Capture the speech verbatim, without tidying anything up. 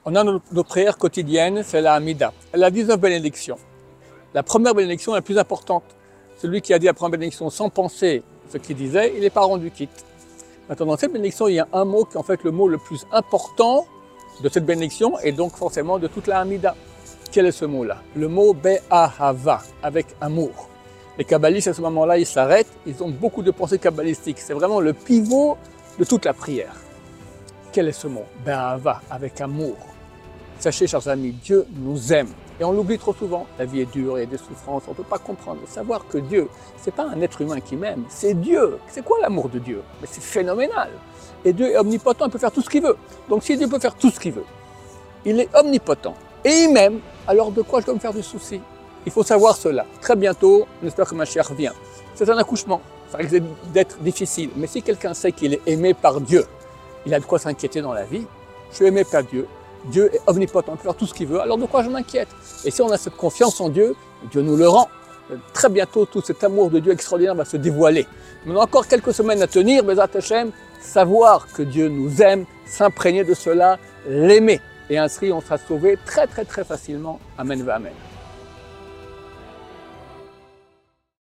On a nos, nos prières quotidiennes, c'est la Hamida. Elle a dix-neuf bénédictions. La première bénédiction est la plus importante. Celui qui a dit la première bénédiction sans penser ce qu'il disait, il n'est pas rendu quitte. Maintenant, dans cette bénédiction, il y a un mot qui est en fait le mot le plus important de cette bénédiction et donc forcément de toute la Hamida. Quel est ce mot-là? Le mot Be'ahava, avec amour. Les kabbalistes, à ce moment-là, ils s'arrêtent, ils ont beaucoup de pensées kabbalistiques. C'est vraiment le pivot de toute la prière. Quel est ce mot? Be'ahava, avec amour. Sachez, chers amis, Dieu nous aime. Et on l'oublie trop souvent. La vie est dure, il y a des souffrances, on ne peut pas comprendre. Savoir que Dieu, ce n'est pas un être humain qui m'aime, c'est Dieu. C'est quoi l'amour de Dieu? Mais c'est phénoménal. Et Dieu est omnipotent, il peut faire tout ce qu'il veut. Donc si Dieu peut faire tout ce qu'il veut, il est omnipotent et il m'aime, alors de quoi je dois me faire du souci? Il faut savoir cela. Très bientôt, on espère que Mashiach revient. C'est un accouchement, ça risque d'être difficile. Mais si quelqu'un sait qu'il est aimé par Dieu, il a de quoi s'inquiéter dans la vie. Je suis aimé par Dieu. Dieu est omnipotent, il peut faire tout ce qu'il veut, alors de quoi je m'inquiète? Et si on a cette confiance en Dieu, Dieu nous le rend. Très bientôt, tout cet amour de Dieu extraordinaire va se dévoiler. Mais on a encore quelques semaines à tenir, Bezat Hashem, savoir que Dieu nous aime, s'imprégner de cela, l'aimer. Et ainsi, on sera sauvé très très très facilement. Amen, amen.